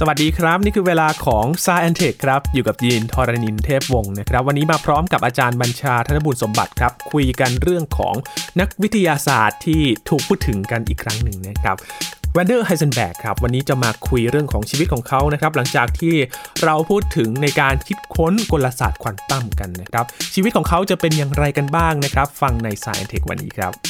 สวัสดีครับนี่คือเวลาของ Science Tech ครับอยู่กับยีนทรณินเทพวงศ์นะครับวันนี้มาพร้อมกับอาจารย์บัญชาธนบุญสมบัติครับคุยกันเรื่องของนักวิทยาศาสตร์ที่ถูกพูดถึงกันอีกครั้งหนึ่งนะครับเวนเดอร์ไฮเซนแบร์กครับวันนี้จะมาคุยเรื่องของชีวิตของเขานะครับหลังจากที่เราพูดถึงในการคิดค้นกลศาสตร์ควอนตัมกันนะครับชีวิตของเขาจะเป็นอย่างไรกันบ้างนะครับฟังใน Science Tech วันนี้ครับ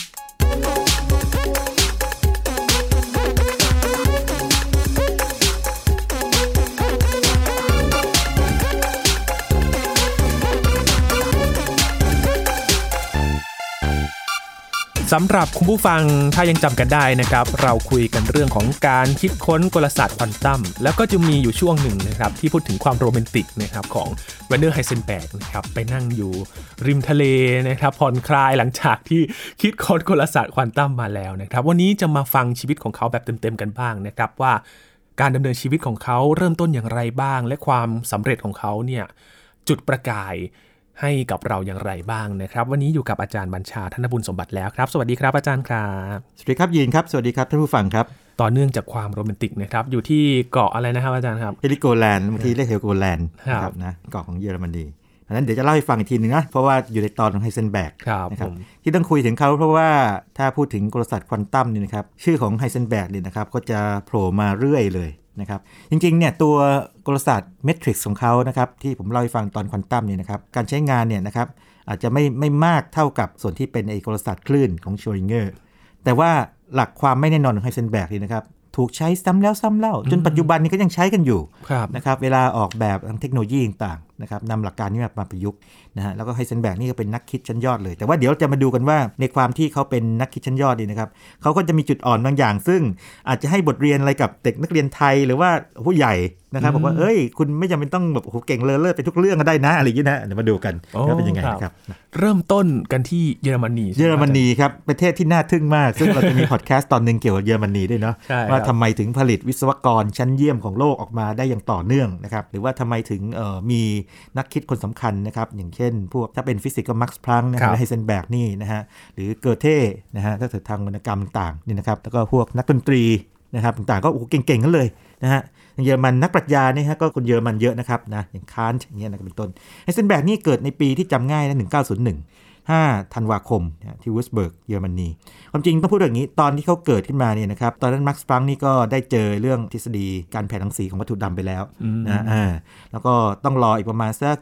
สำหรับคุณผู้ฟังถ้ายังจำกันได้นะครับเราคุยกันเรื่องของการคิดค้นกลศาสตร์ควอนตัมแล้วก็จะมีอยู่ช่วงหนึ่งนะครับที่พูดถึงความโรแมนติกนะครับของเวนเดอร์ไฮเซนแบร์กนะครับไปนั่งอยู่ริมทะเลนะครับผ่อนคลายหลังจากที่คิดค้นกลศาสตร์ควอนตัมมาแล้วนะครับวันนี้จะมาฟังชีวิตของเขาแบบเต็มๆกันบ้างนะครับว่าการดำเนินชีวิตของเขาเริ่มต้นอย่างไรบ้างและความสำเร็จของเขาเนี่ยจุดประกายให้กับเราอย่างไรบ้างนะครับวันนี้อยู่กับอาจารย์บัญชาธนบุญสมบัติแล้วครับสวัสดีครับอาจารย์ครับสวัสดีครับยีนครับสวัสดีครับท่านผู้ฟังครับต่อเนื่องจากความโรแมนติกนะครับอยู่ที่เกาะอะไรนะครับอาจารย์ครับเฮลิโกแลนด์บางทีเรียกเฮลิโกแลนด์นะครับนะเกาะของเยอรมนีอันนั้นเดี๋ยวจะเล่าให้ฟังอีกทีนึงนะเพราะว่าอยู่ในตอนของไฮเซนแบร์กนะครับที่ต้องคุยถึงเขาเพราะว่าถ้าพูดถึงกลศาสตร์ควอนตัมนี่นะครับชื่อของไฮเซนแบร์กเนี่ยนะครับก็จะโผล่มาเรื่อยเลยนะครับจริงๆเนี่ยตัวกลศาสตร์เมทริกซ์ของเขานะครับที่ผมเล่าให้ฟังตอนควอนตัมเนี่ยนะครับการใช้งานเนี่ยนะครับอาจจะไม่มากเท่ากับส่วนที่เป็นไอ้กลศาสตร์คลื่นของชโรดิงเกอร์แต่ว่าหลักความไม่แน่นอนของไฮเซนแบร์กนี่นะครับถูกใช้ซ้ำแล้วซ้ำเล่าจนปัจจุบันนี้ก็ยังใช้กันอยู่นะครับเวลาออกแบบทางเทคโนโลยีต่างๆนะครับนำหลักการนี้มาประยุกต์นะฮะแล้วก็ไฮเซนแบร์กนี่ก็เป็นนักคิดชั้นยอดเลยแต่ว่าเดี๋ยวจะมาดูกันว่าในความที่เขาเป็นนักคิดชั้นยอดนี่นะครับเขาก็จะมีจุดอ่อนบางอย่างซึ่งอาจจะให้บทเรียนอะไรกับเด็กนักเรียนไทยหรือว่าผู้ใหญ่นะครับบอกว่าเอ้ยคุณไม่จำเป็นต้องแบบโหเก่งเลอไปทุกเรื่องก็ได้นะอะไรอย่างนี้นะเดี๋ยวมาดูกันว่าเป็นยังไงนะครับเริ่มต้นกันที่เยอรมนีครับประเทศที่น่าทึ่งมากซึ่งเราจะมีพอดแคสต์ตอนนึงเกี่ยวกับเยอรมนีด้วยเนาะว่าทำไมถึงผลิตวิศวกรชั้นเยี่ยมของโลกออกมาได้อย่างต่อเนื่องนะครับหรือว่าทำไมถึงมีนักคิดคนสำคัญนะครับอย่างเช่นพวกถ้าเป็นฟิสิกส์ก็มักซ์พลังก์นะไฮเซนแบร์กนี่นะฮะหรือเกอเท่นะฮะถ้าเกิดทางวรรณกรรมต่างๆนี่นะครับแล้วก็พวกนักดนตรีนะครับต่างๆก็เก่งๆกันเลยนะฮะเยอรมันนักปรัชญาเนี่ยฮะก็คนเยอรมันเยอะนะครับนะอย่างคานต์อย่างเงี้ยนะเป็นต้นไฮเซนแบร์กนี่เกิดในปีที่จำง่ายนะ1901 5 ธันวาคมที่วูสเบิร์กเยอรมนีความจริงต้องพูดอย่างนี้ตอนที่เขาเกิดขึ้นมาเนี่ยนะครับตอนนั้นมาร์คส์พลังก์นี่ก็ได้เจอเรื่องทฤษฎีการแผ่รังสีของวัตถุดำไปแล้วนะแล้วก็ต้องรออีกประมาณสัก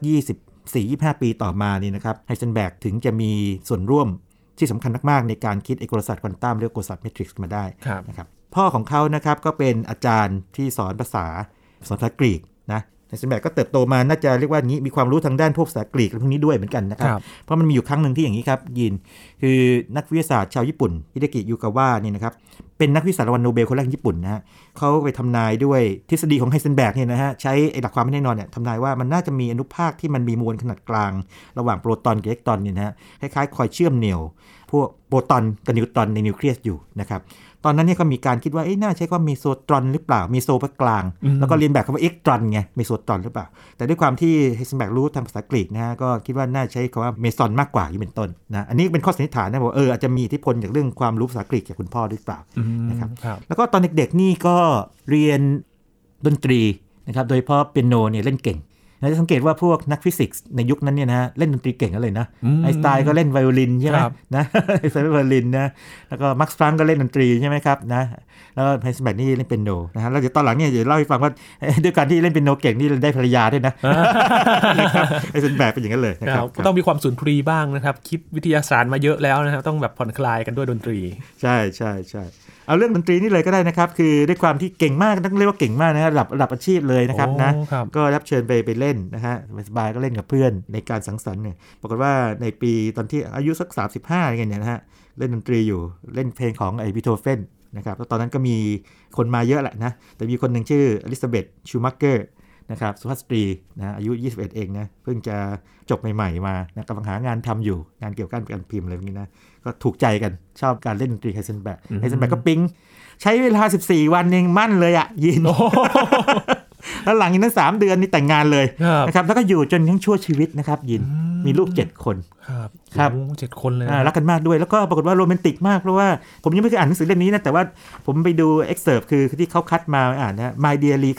24-25 ปีต่อมานี่นะครับไฮเซนแบร์กถึงจะมีส่วนร่วมที่สำคัญมากๆในการคิดกลศาสตร์ควอนตัมเรียกกลศาสตร์เมทริกซ์มาได้นะครับพ่อของเขานะครับก็เป็นอาจารย์ที่สอนภาษากรีกนะไฮเซนแบร์กก็เติบโตมาน่าจะเรียกว่างี้มีความรู้ทางด้านพวกภาษากรีกพวกนี้ด้วยเหมือนกันนะครับเพราะมันมีอยู่ครั้งหนึ่งที่อย่างนี้ครับยินคือนักวิทยาศาสตร์ชาวญี่ปุ่นฮิเดกิยูกาวะนี่นะครับเป็นนักวิทยาศาสตร์รางวัลโนเบลคนแรกของญี่ปุ่นนะฮะเขาไปทำนายด้วยทฤษฎีของไฮเซนแบร์กเนี่ยนะฮะใช้หลักความไม่แน่นอนเนี่ยทำนายว่ามันน่าจะมีอนุภาคที่มันมีมวลขนาดกลางระหว่างโปรตอนกับอิเล็กตรอนเนี่ยนะฮะคล้ายๆคอยเชื่อมเหนี่ยวพวกโปรตอนกับนิวตรอนในนิวเคลียสอยู่นะครับตอนนั้นเนี่ยก็มีการคิดว่าน่าใช้คำว่าเมโซตรอนหรือเปล่าเมโซภาคกลางแล้วก็เรียนแบบคำว่าเอ็กตรอนไงเมโซตรอนหรือเปล่าแต่ด้วยความที่ไฮเซนแบร์กรู้ทางภาษากรีกนะฮะก็คิดว่าน่าใช้คำว่าเมซอนมากกว่าอย่างเป็นต้นนะอันนี้เป็นข้อสันนิษฐานนะบอกอาจจะมีอิทธิพลจากเรื่องความรู้ภาษากรีกจากคุณพ่อหรือเปล่านะครับแล้วก็ตอนเด็กๆนี่ก็เรียนดนตรีนะครับโดยเฉพาะเปียโนเนี่ยเล่นเก่งจะสังเกตว่าพวกนักฟิสิกส์ในยุคนั้นเนี่ยนะเล่นดนตรีเก่งกันเลยนะไอน์สไตน์ก็เล่นไวโอลินใช่ไหมนะไอน์สไตน์เล่นไวโอลินนะแล้วก็มาร์คส์พลังก์ก็เล่นดนตรีใช่ไหมครับนะแล้วไฮเซนแบร์กนี่เล่นเปียโนนะฮะแล้วเดี๋ยวตอนหลังเนี่ยเดี๋ยวเล่าให้ฟังว่าด้วยการที่เล่นเปียโนเก่งนี่ได้ภรรยาด้วยนะไฮเซนแบร์กเป็นอย่างนั้นเลยนะครับก็ต้องมีความสุนทรีบ้างนะครับคิดวิทยาศาสตร์มาเยอะแล้วนะครับต้องแบบผ่อนคลายกันด้วยดนตรีใช่ใช่ใช่เอาเรื่องดนตรีนี่เลยก็ได้นะครับคือด้วยความที่เก่งมากต้องเรียกว่าเก่งมากนะระดับอาชีพเลยนะครับนะก็รับเชิญไปเล่นนะฮะสบายก็เล่นกับเพื่อนในการสังสรรค์เนี่ยปรากฏว่าในปีตอนที่อายุสัก35อะไรเงี้ยนะฮะเล่นดนตรีอยู่เล่นเพลงของไอ้บีโธเฟนนะครับแล้วตอนนั้นก็มีคนมาเยอะแหละนะแต่มีคนหนึ่งชื่ออลิซาเบธชูมักเกอร์นะครับสุภาพสตรีนะอายุ21เองนะเพิ่งจะจบใหม่ๆมานะกำลังหางานทำอยู่งานเกี่ยวกับการพิมพ์อะไรแบบนี้นะก็ถูกใจกันชอบการเล่นดนตรีไฮเซนแบร์กก็ปิ๊งใช้เวลา14วันเองมั่นเลยอ่ะยิน แล้วหลังจากนั้น3 เดือนนี่แต่งงานเลยนะครับแล้วก็อยู่จนทั้งชั่วชีวิตนะครับยินมีลูก7 คนครับ7 คนเลยรักกันมากด้วยแล้วก็ปรากฏว่าโรแมนติกมากเพราะว่าผมยังไม่เคยอ่านหนังสือเล่มนี้นะแต่ว่าผมไปดู excerpt คือที่เขาคัดมาอ่านนะ My Dear Lee คืออย่างนี้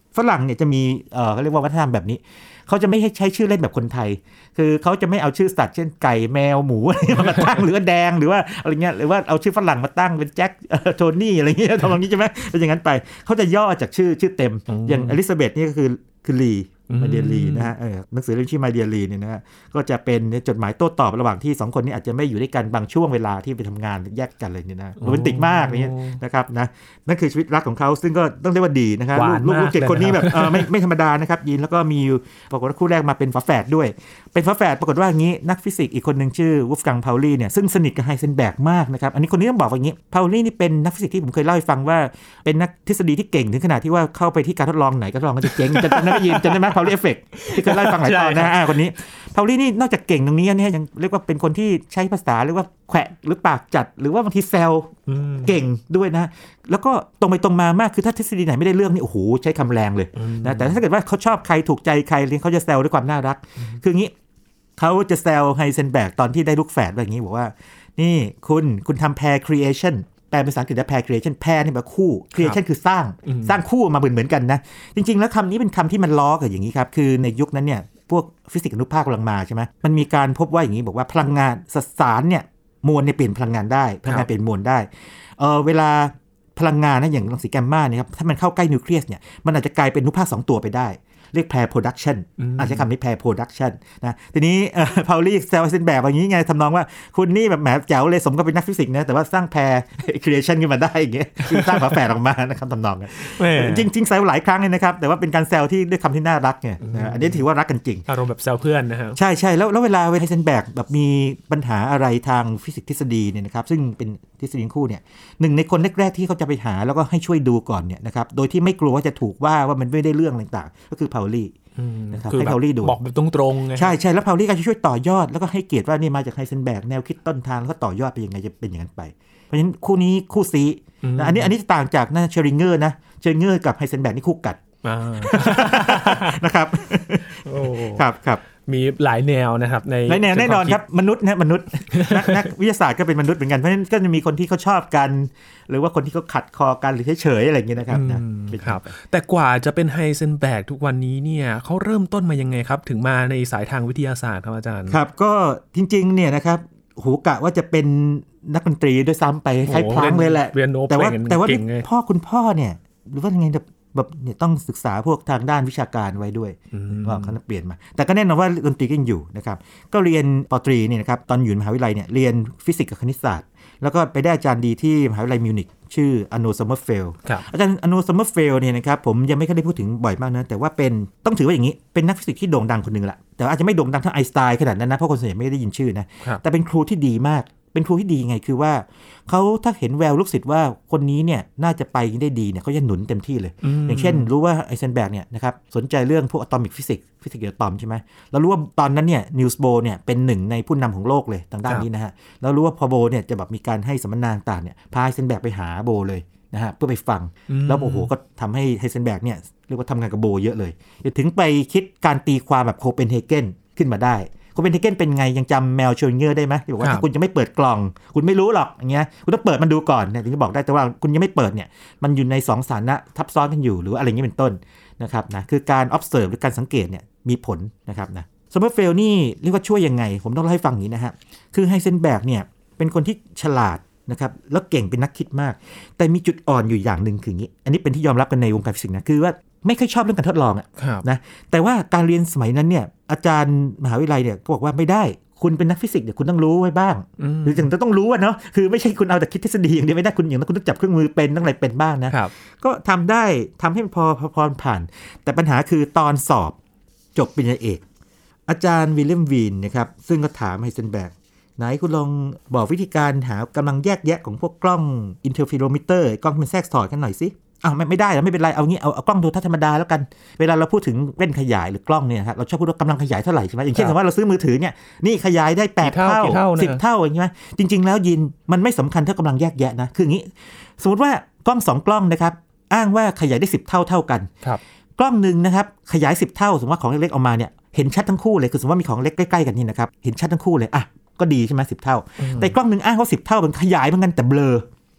ฝรั่งเนี่ยจะมีเขาเรียกว่าวัฒนธรรมแบบนี้เขาจะไม่ให้ใช้ชื่อเล่นแบบคนไทยคือเขาจะไม่เอาชื่อสัตว์เช่นไก่แมวหมูอะไรมาตั้งหรือว่าแดงหรือว่าอะไรเงี้ยหรือว่าเอาชื่อฝรั่งมาตั้งเป็นแจ็คโทนี่อะไรเงี้ยทำอย่างนี้ใช่ไหมเป็นอย่างนั้นไปเขาจะย่อจากชื่อเต็มอย่างอลิซาเบธนี่ก็คือลีมาเดียลีนะฮะหนังสือเรื่องชื่อมาเดียลีเนี่ยนะฮะก็จะเป็นจดหมายโต้ตอบระหว่างที่2คนนี้อาจจะไม่อยู่ด้วยกันบางช่วงเวลาที่ไปทำงานแยกกันเลยเนี่ยนะโรแมนติกมากนี่นะครับนะนั่นคือชีวิตรักของเขาซึ่งก็ต้องเรียกว่าดีนะครับลูก7คนนี้แบบไม่ธรรมดานะครับยินแล้วก็มีปรากฏว่าคู่แรกมาเป็นฝาแฝดด้วยเป็นฝาแฝดปรากฏว่าอย่างนี้นักฟิสิกส์อีกคนนึงชื่อวูฟกังพาวลีเนี่ยซึ่งสนิทกับไฮเซนเบิร์กมากนะครับอันนี้คนนี้ต้องบอกว่าอย่างนี้พาวลีนี่เป็นนักฟิสิกส์ที่ผมเคยเล่าให้ฟังว่าเป็นนักทฤษฎีที่เก่งถึงขนาดที่ว่าเข้าไปที่การทดลองไหนก็ทดลองก็จะเจ๊งจะนั่นก็ยินจำได้ไหมพาวลีเอฟเฟกต์ที่เคยเล่าให้ฟังหลายตอนนะคนนี้พาวลีนี่นอกจากเก่งตรงนี้เนี่ยยังเรียกว่าเป็นคนที่ใช้ภาษาเรียกว่าแขวะหรือปากจัดหรือว่าบางทีแซวเก่งด้วยนะแล้วก็ตรงไปตรงมามากคือถ้าทฤษฎีไหนไม่ได้เรื่องนี่โอ้โหใช้คำแรงเลยนะแต่ถ้าเกิดว่าเขาชอบใครถูกใจใครเขาจะแซวด้วยความน่ารักคืองี้เขาจะแซวไฮเซนเบิร์กตอนที่ได้ลูกแฝดแบบนี้บอกว่านี่คุณทำ pair creation แปลเป็นภาษาอังกฤษว่า pair creation pair นี่แปลคู่ creation คือสร้างคู่มาเหมือนกันนะจริงๆแล้วคำนี้เป็นคำที่มันล้อกับอย่างนี้ครับคือในยุคนั้นเนี่ยพวกฟิสิกส์อนุภาคกำลังมาใช่ไหมมันมีการพบว่าอย่างนี้บอกว่าพลังงานสารเนี่ยมวลเนี่ยเปลี่ยนพลังงานได้พลังงานเปลี่ยนมวลได้เวลาพลังงานนะอย่างรังสีแกมมาเนี่ยครับถ้ามันเข้าใกล้นิวเคลียสเนี่ยมันอาจจะกลายเป็นอนุภาค2ตัวไปได้เรียก pair production อาจจะคำนี้ pair production นะทีนี้พาวลีแซวเซนแบบอย่างนี้ไงทำนองว่าคุณนี่แบบแหมแจ๋วเลยสมกับเป็นนักฟิสิกส์นะแต่ว่าสร้าง pair creation ขึ้นมาได้อย่างเงี้ยคือสร้างฝาแฝดออกมานะครับทำนองนั้นจริงแซวหลายครั้งเลยนะครับแต่ว่าเป็นการแซวที่ด้วยคำที่น่ารักไงอันนี้ถือว่ารักกันจริงอารมณ์แบบแซวเพื่อนนะครับใช่แล้วเวลาไฮเซนเบิร์กแบบมีปัญหาอะไรทางฟิสิกส์ทฤษฎีเนี่ยนะครับซึ่งเป็นทฤษฎีคู่เนี่ยหนึ่งในคนแรกๆที่เขาจะไปหาแล้วก็ให้ช่วยดูก่อนเนี่ยนะครับโดยที่ไม่กลัวว่าจะถูกว่ามันไม่ได้เรื่องต่างๆก็คือพาวลีนะครับให้พาวลีดูบอกแบบตรงๆใช่แล้วพาวลีก็จะช่วยต่อยอดแล้วก็ให้เกียรติว่านี่มาจากไฮเซนเบิร์กแนวคิดต้นทางแล้วก็ต่อยอดไปยังไงจะเป็นอย่างนั้นไปเพราะฉะนั้นคู่นี้คู่ซีอันนี้จะต่างจากเชอริงเกอร์นะเชอริงเกอร์กับไฮเซนเบิร์กนี่คู่กัดนะครับครับมีหลายแนวนะครับในหลายแนวแน่นอนครับมนุษย์นักวิทยาศาสตร์ก็เป็นมนุษย์เหมือนกันเพราะฉะนั้นก็จะมีคนที่เขาชอบกันหรือว่าคนที่เขาขัดคอกันหรือเฉยๆอะไรอย่างเงี้ยนะครับครับแต่กว่าจะเป็นไฮเซนเบิร์กทุกวันนี้เนี่ยเขาเริ่มต้นมายังไงครับถึงมาในสายทางวิทยาศาสตร์ครับอาจารย์ครับก็จริงๆเนี่ยนะครับหูกะว่าจะเป็นนักดนตรีด้วยซ้ำไปคล้ายพลังเลยแหละแต่ว่าคุณพ่อเนี่ยหรือว่ายังไงแบบเนี่ยต้องศึกษาพวกทางด้านวิชาการไว้ด้วยว่าเขาเปลี่ยนมาแต่ก็แน่นอนว่าดนตรีก็ยังอยู่นะครับก็เรียนป.ตรีเนี่ยนะครับตอนอยู่มหาวิทยาลัยเนี่ยเรียนฟิสิกส์กับคณิตศาสตร์แล้วก็ไปได้อาจารย์ดีที่มหาวิทยาลัยมิวนิกชื่ออโน ซัมเมอร์เฟลด์อาจารย์อโน ซัมเมอร์เฟลด์เนี่ยนะครับผมยังไม่เคยได้พูดถึงบ่อยมากนะแต่ว่าเป็นต้องถือว่าอย่างนี้เป็นนักฟิสิกส์ที่โด่งดังคนนึงละแต่อาจจะไม่โด่งดังเท่าไอน์สไตน์ขนาดนั้นนะเพราะคนส่วนใหญ่ไม่ได้ยินชื่อนะแต่เป็นครูที่ดีมากเป็นครูที่ดีไงคือว่าเขาถ้าเห็นแววลูกศิษย์ว่าคนนี้เนี่ยน่าจะไปได้ดีเนี่ยเขาจะหนุนเต็มที่เลยอย่างเช่นรู้ว่าไอเซนเบิร์กเนี่ยนะครับสนใจเรื่องพวกอะตอมิกฟิสิกส์เกี่ยวกับอะตอมใช่ไหมแล้วรู้ว่าตอนนั้นเนี่ยนิวส์โบเนี่ยเป็นหนึ่งในผู้นำของโลกเลยทางด้านนี้นะฮะแล้วรู้ว่าพอโบเนี่ยจะแบบมีการให้สัมมนาต่างเนี่ยพาไอเซนเบิร์กไปหาโบเลยนะฮะเพื่อไปฟังแล้วโอ้โหก็ทำให้ไฮเซนเบิร์กเนี่ยเรียกว่าทำงานกับโบเยอะเลยถึงไปคิดการตีความแบบโคเปนเฮเกนขึ้นมาได้โคเปนเฮเกนเป็นไงยังจำแมวเชอริงเกอร์ได้ไหมที่บอกว่าถ้าคุณจะไม่เปิดกล่องคุณไม่รู้หรอกอย่างเงี้ยคุณต้องเปิดมันดูก่อนเนี่ยถึงจะบอกได้แต่ว่าคุณยังไม่เปิดเนี่ยมันอยู่ใน2สถานะทับซ้อนกันอยู่หรืออะไรอย่างนี้เป็นต้นนะครับนะคือการ observe หรือการสังเกตเนี่ยมีผลนะครับนะซัมเมอร์เฟลนี่เรียกว่าช่วยยังไงผมต้องเล่าให้ฟังอย่างนี้นะฮะคือไฮเซนเบิร์กเนี่ยเป็นคนที่ฉลาดนะครับแล้วเก่งเป็นนักคิดมากแต่มีจุดอ่อนอยู่อย่างหนึ่งคืออย่างนี้อันนี้เป็นที่ยอมรับกันในวงการฟิสิกส์นะคือว่าไม่ค่อยชอบเรื่องการทดลองนะแต่ว่าการเรียนสมัยนั้นเนี่ยอาจารย์มหาวิทยาลัยเนี่ยก็บอกว่าไม่ได้คุณเป็นนักฟิสิกส์เดี๋ยวคุณต้องรู้ไว้บ้างหรือถึงต้องรู้เนาะคือไม่ใช่คุณเอาแต่คิดทฤษฎีอย่างเดียวไม่ได้คุณอย่างนั้นคุณต้องจับเครื่องมือเป็นต้องอะไรเป็นบ้างนะก็ทำได้ทำให้พอผ่านแต่ปัญหาคือตอนสอบจบปริญญาเอกอาจารย์วิลเลียมวีนนะครับซึ่งก็ถามไฮเซนเบิร์กไหนคุณลองบอกวิธีการหากำลังแยกแยะของพวกกล้องอินเทอร์เฟโรมิเตอร์กล้องที่มันแทรกสอดกันหน่อยสิไม่ได้แล้วไม่เป็นไรเอางี้เอากล้องโทรทัศน์ธรรมดาแล้วกันเวลาเราพูดถึงเล่นขยายหรือกล้องเนี่ยครับเราชอบพูดว่ากำลังขยายเท่าไหร่ใช่ไหมอย่างเช่นสมมติว่าเราซื้อมือถือเนี่ยนี่ขยายได้8เท่า10เท่าอย่างเงี้ยจริงๆแล้วยินมันไม่สำคัญเท่ากำลังแยกแยะนะคืออย่างนี้สมมติว่ากล้อง2กล้องนะครับอ้างว่าขยายได้10เท่ากันกล้องนึงนะครับขยาย10เท่าสมมติว่าของเล็กๆออกมาเนี่ยเห็นชัดทั้งคู่เลยคือสมมติว่ามีของเล็กใกล้ๆกันนี่นะครับเห็นชัดทั้งคู่เลยก็ดีใช่ไหม10เท่าแต่กล้องนึงอ้างว่า10เท่ามันขยายเหมือนกันแต่เบลอ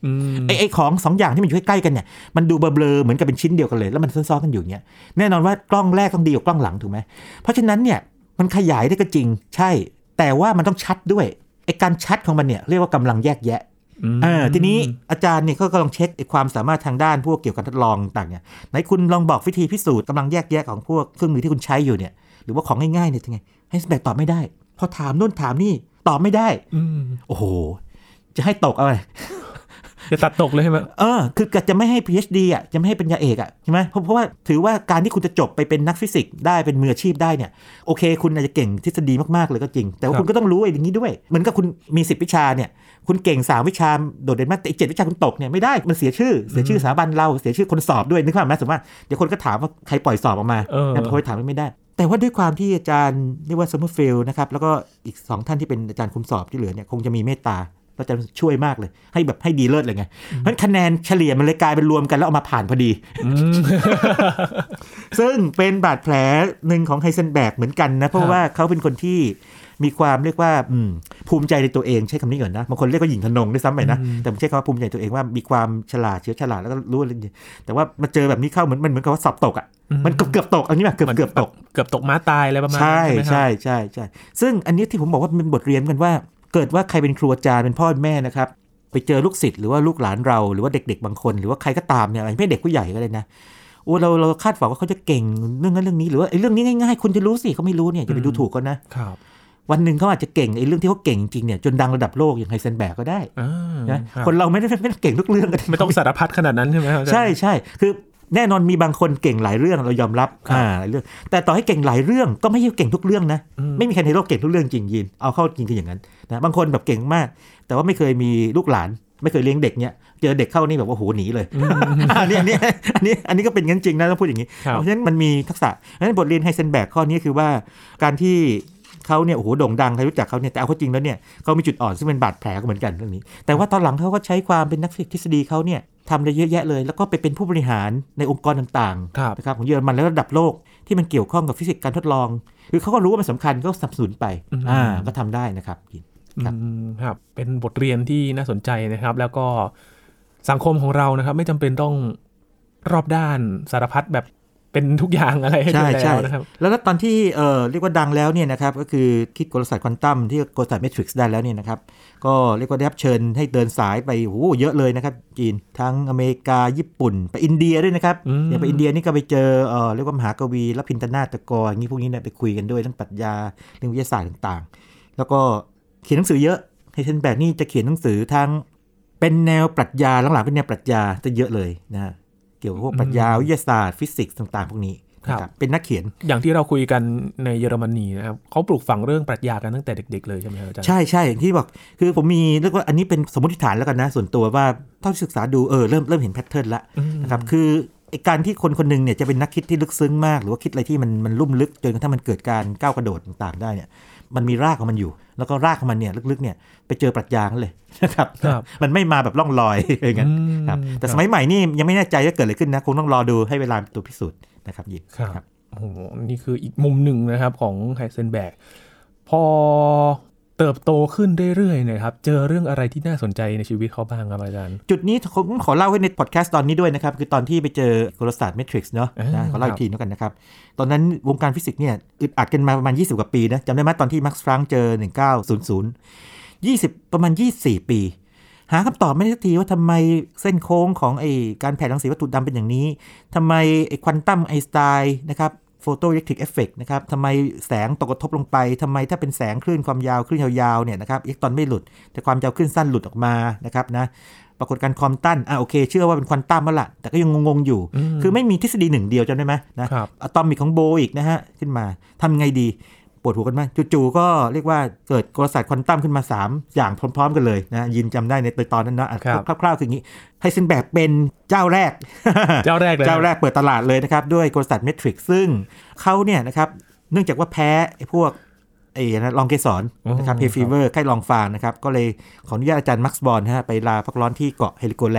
ไอ้ของ2อย่างที่มันอยู่ใกล้ๆกันเนี่ยมันดูเบลอๆเหมือนกับเป็นชิ้นเดียวกันเลยแล้วมันซ้อนๆกันอยู่เงี้ยแน่นอนว่ากล้องแรกต้องดีกว่ากล้องหลังถูกไหมเพราะฉะนั้นเนี่ยมันขยายได้ก็จริงใช่แต่ว่ามันต้องชัดด้วยไอ้การชัดของมันเนี่ยเรียกว่ากำลังแยกแยะทีนี้อาจารย์เนี่ยก็ลองเช็คความสามารถทางด้านพวกเกี่ยวกับทดลองต่างเนี่ยไหนคุณลองบอกวิธีพิสูจน์กำลังแยกแยะของพวกเครื่องมือที่คุณใช้อยู่เนี่ยหรือว่าของง่ายๆเนี่ยยังไงให้สแบกตอบไม่ได้พอถามนู่นถามนี่ตอบไม่ได้โอ้โหจะให้ตกอะไรจะตัดตกเลยใช่ไหมคือจะไม่ให้ PhD อ่ะจะไม่ให้ปริญญาเอกอ่ะใช่ไหมเพราะว่าถือว่าการที่คุณจะจบไปเป็นนักฟิสิกส์ได้เป็นมืออาชีพได้เนี่ยโอเคคุณอาจจะเก่งทฤษฎีมากๆเลยก็จริงแต่ว่าคุณก็ต้องรู้ไอ้อย่างนี้ด้วยเหมือนกับคุณมี10วิชาเนี่ยคุณเก่ง3วิชาโดดเด่นมากแต่อีก7วิชาคุณตกเนี่ยไม่ได้มันเสียชื่อสถาบันเราเสียชื่อคนสอบด้วยนึกภาพไหมสมมติว่าเดี๋ยวคนก็ถามว่าใครปล่อยสอบออกมาพอไปถามไม่ได้แต่ว่าด้วยความที่อาจารย์เรียกว่าซัมเมอร์ฟิลด์นะครับแล้วก็อีก2ท่านที่เป็นอาจารย์คุมสอบที่เหลือเนี่ยคงจะมีเมตตาก็จะช่วยมากเลยให้แบบให้ดีเลิศเลยไงเพราะคะแนนเฉลี่ยมันเลยกลายเป็นรวมกันแล้วเอามาผ่านพอดี ซึ่งเป็นบาดแผลหนึ่งของไฮเซนแบกเหมือนกันนะเพราะว่าเขาเป็นคนที่มีความเรียกว่าภูมิใจในตัวเองใช้คำนี้ก่อนนะบางคนเรียกว่าหญิงทนงด้วยซ้ำไปนะแต่ผมใช้คำว่าภูมิใจตัวเองว่ามีความฉลาดเฉลียวฉลาดแล้วก็รู้อะไรแต่ว่ามาเจอแบบนี้เข้าเหมือนกับว่าสอบตกอ่ะมันเกือบตกอันนี้แบบเกือบตกม้าตายอะไรประมาณนั้นใช่ซึ่งอันนี้ที่ผมบอกว่าเป็นบทเรียนกันว่าเกิดว่าใครเป็นครูอาจารย์เป็นพ่อแม่นะครับไปเจอลูกศิษย์หรือว่าลูกหลานเราหรือว่าเด็กๆบางคนหรือว่าใครก็ตามเนี่ยไม่เด็กผู้ใหญ่ก็เลยนะโอ้เราคาดหวังว่าเขาจะเก่งเรื่องนั้นเรื่องนี้หรือว่าไอ้เรื่องนี้ง่ายๆคุณจะรู้สิเขาไม่รู้เนี่ยจะไปดูถูกเขานะครับวันหนึ่งเขาอาจจะเก่งไอ้เรื่องที่เขาเก่งจริงเนี่ยจนดังระดับโลกอย่างไฮเซนแบกก็ได้นะคนเราไม่ได้เก่งทุกเรื่องกันไม่ต้องสารพัดขนาดนั้นใช่ไหมใช่คือแน่นอนมีบางคนเก่งหลายเรื่องเรายอมรับหลายเรื่องแต่ต่อให้เก่งหลายเรื่องก็ไม่ใช่เก่งทุกเรื่องนะไม่มีใครในโลกเก่งทุกเรื่องจริงยินเอาเข้าจริงคืออย่างนั้นนะบางคนแบบเก่งมากแต่ว่าไม่เคยมีลูกหลานไม่เคยเลี้ยงเด็กเนี่ยเจอเด็กเข้านี่แบบว่าโหหนีเลยอันนี้ก็เป็นงั้นจริงนะต้องพูดอย่างนี้เพราะฉะนั้นมันมีทักษะนั้นบทเรียนไฮเซนแบกข้อนี้คือว่าการที่เขาเนี่ยโอ้โหโด่งดังใครรู้จักเขาเนี่ยแต่เอาเข้าจริงแล้วเนี่ยเขามีจุดอ่อนซึ่งเป็นบาดแผลก็เหมือนกันเรื่องนี้แต่ว่าตอนหลังเขาก็ใช้ความเป็นนักฟิสิกส์ทฤษฎีเขาเนี่ยทำได้เยอะแยะเลยแล้วก็ไปเป็นผู้บริหารในองค์กรต่างๆนะครับของเยอรมันและระดับโลกที่มันเกี่ยวข้องกับฟิสิกส์การทดลองคือเขาก็รู้ว่ามันสำคัญก็สนับสนุนไปก็ทำได้นะครับครับเป็นบทเรียนที่น่าสนใจนะครับแล้วก็สังคมของเรานะครับไม่จำเป็นต้องรอบด้านสารพัดแบบเป็นทุกอย่างอะไรให้แล้วนะครับแล้วตอนที่เรียกว่าดังแล้วเนี่ยนะครับก็คือคิดกลศาสตร์ควอนตัมที่กลศาสตร์เมทริกซ์ได้แล้วเนี่ยนะครับก็เรียกว่าได้รับเชิญให้เดินสายไปโอ้เยอะเลยนะครับจีนทั้งอเมริกาญี่ปุ่นไปอินเดียด้วยนะครับอย่างไปอินเดียนี่ก็ไปเจอเรียกว่ามหากวีรพินทนาถกรอย่างนี้พวกนี้เนี่ยไปคุยกันด้วยเรื่องปรัชญาเรื่องวิทยาศาสตร์ต่างๆแล้วก็เขียนหนังสือเยอะไฮเซนแบกนี่จะเขียนหนังสือทั้งเป็นแนวปรัชญาหลังๆเป็นแนวปรัชญาจะเยอะเลยนะเกี่ยวกับพวกปรัชญาวิทยาศาสตร์ฟิสิกส์ต่างๆพวกนี้เป็นนักเขียนอย่างที่เราคุยกันในเยอรมนีนะครับเขาปลูกฝังเรื่องปรัชญากันตั้งแต่เด็กๆเลยใช่ไหมครับอาจารย์ใช่อย่างที่บอกคือผมมีเรียกว่าอันนี้เป็นสมมติฐานแล้วกันนะส่วนตัวว่าเท่าที่ศึกษาดูเริ่มเห็นแพทเทิร์นละนะครับคือการที่คนนึงเนี่ยจะเป็นนักคิดที่ลึกซึ้งมากหรือว่าคิดอะไรที่มันลุ่มลึกจนกระทั่งมันเกิดการก้าวกระโดดต่างๆได้เนี่ยมันมีรากของมันอยู่แล้วก็รากของมันเนี่ยลึกๆเนี่ยไปเจอปรัชญาเลยนะครับมันไม่มาแบบล่องลอยอย่างนั้นครับแต่สมัยใหม่นี่ยังไม่แน่ใจว่าเกิดอะไรขึ้นนะคงต้องรอดูให้เวลาตัวพิสูจน์นะครับยินครับโอ้โหนี่คืออีกมุมหนึ่งนะครับของไฮเซนแบกพอเติบโตขึ้นเรื่อยๆนะครับเจอเรื่องอะไรที่น่าสนใจในชีวิตเขาบ้างครับอาจารย์จุดนี้ผมขอเล่าไว้ในพอดแคสต์ตอนนี้ด้วยนะครับคือตอนที่ไปเจอกลศาสตร์เมทริกซ์เนาะขอเล่าอีกทีแล้วกันนะครับตอนนั้นวงการฟิสิกส์เนี่ยอึดอัดกันมาประมาณ20กว่าปีนะจำได้ไหมตอนที่แม็กซ์ฟรังก์เจอ1900ประมาณ24ปีหาคำตอบไม่ได้สักทีว่าทำไมเส้นโค้งของการแผ่รังสีวัตถุดำเป็นอย่างนี้ทำไมควอนตัมไอน์สไตน์นะครับโฟโตอิเล็กทริกเอฟเฟกต์นะครับทำไมแสงตกกระทบลงไปทำไมถ้าเป็นแสงคลื่นความยาวคลื่นยาวๆเนี่ยนะครับอิเล็กตรอนไม่หลุดแต่ความยาวคลื่นสั้นหลุดออกมานะครับนะปรากฏการณ์ควอนตัมโอเคเชื่อว่าเป็นควอนตัมแล้วล่ะแต่ก็ยังงงๆอยู่คือไม่มีทฤษฎีหนึ่งเดียวจำได้ไหมนะอะตอมิกของโบอีกนะฮะขึ้นมาทำไงดีปวดหัวกันมากจู่ๆก็เรียกว่าเกิดกลศาสตร์ควอนตัมขึ้นมา3อย่างพร้อมๆกันเลยนะยินจำได้ในตอนนั้นนะคร่าวๆคืออย่างนี้ไฮเซนแบกเป็นเจ้าแรกเลยเจ้าแรกเปิดตลาดเลยนะครับด้วยกลศาสตร์เมทริกซ์ซึ่งเขาเนี่ยนะครับเนื่องจากว่าแพ้พวกลองเกสรนะครับเพฟีเวอร์ไข้ลองฟางนะครับก็เลยขออนุญาตอาจารย์มักซ์บอร์นไปลาพักร้อนที่เกาะเฮลิโกแลนด์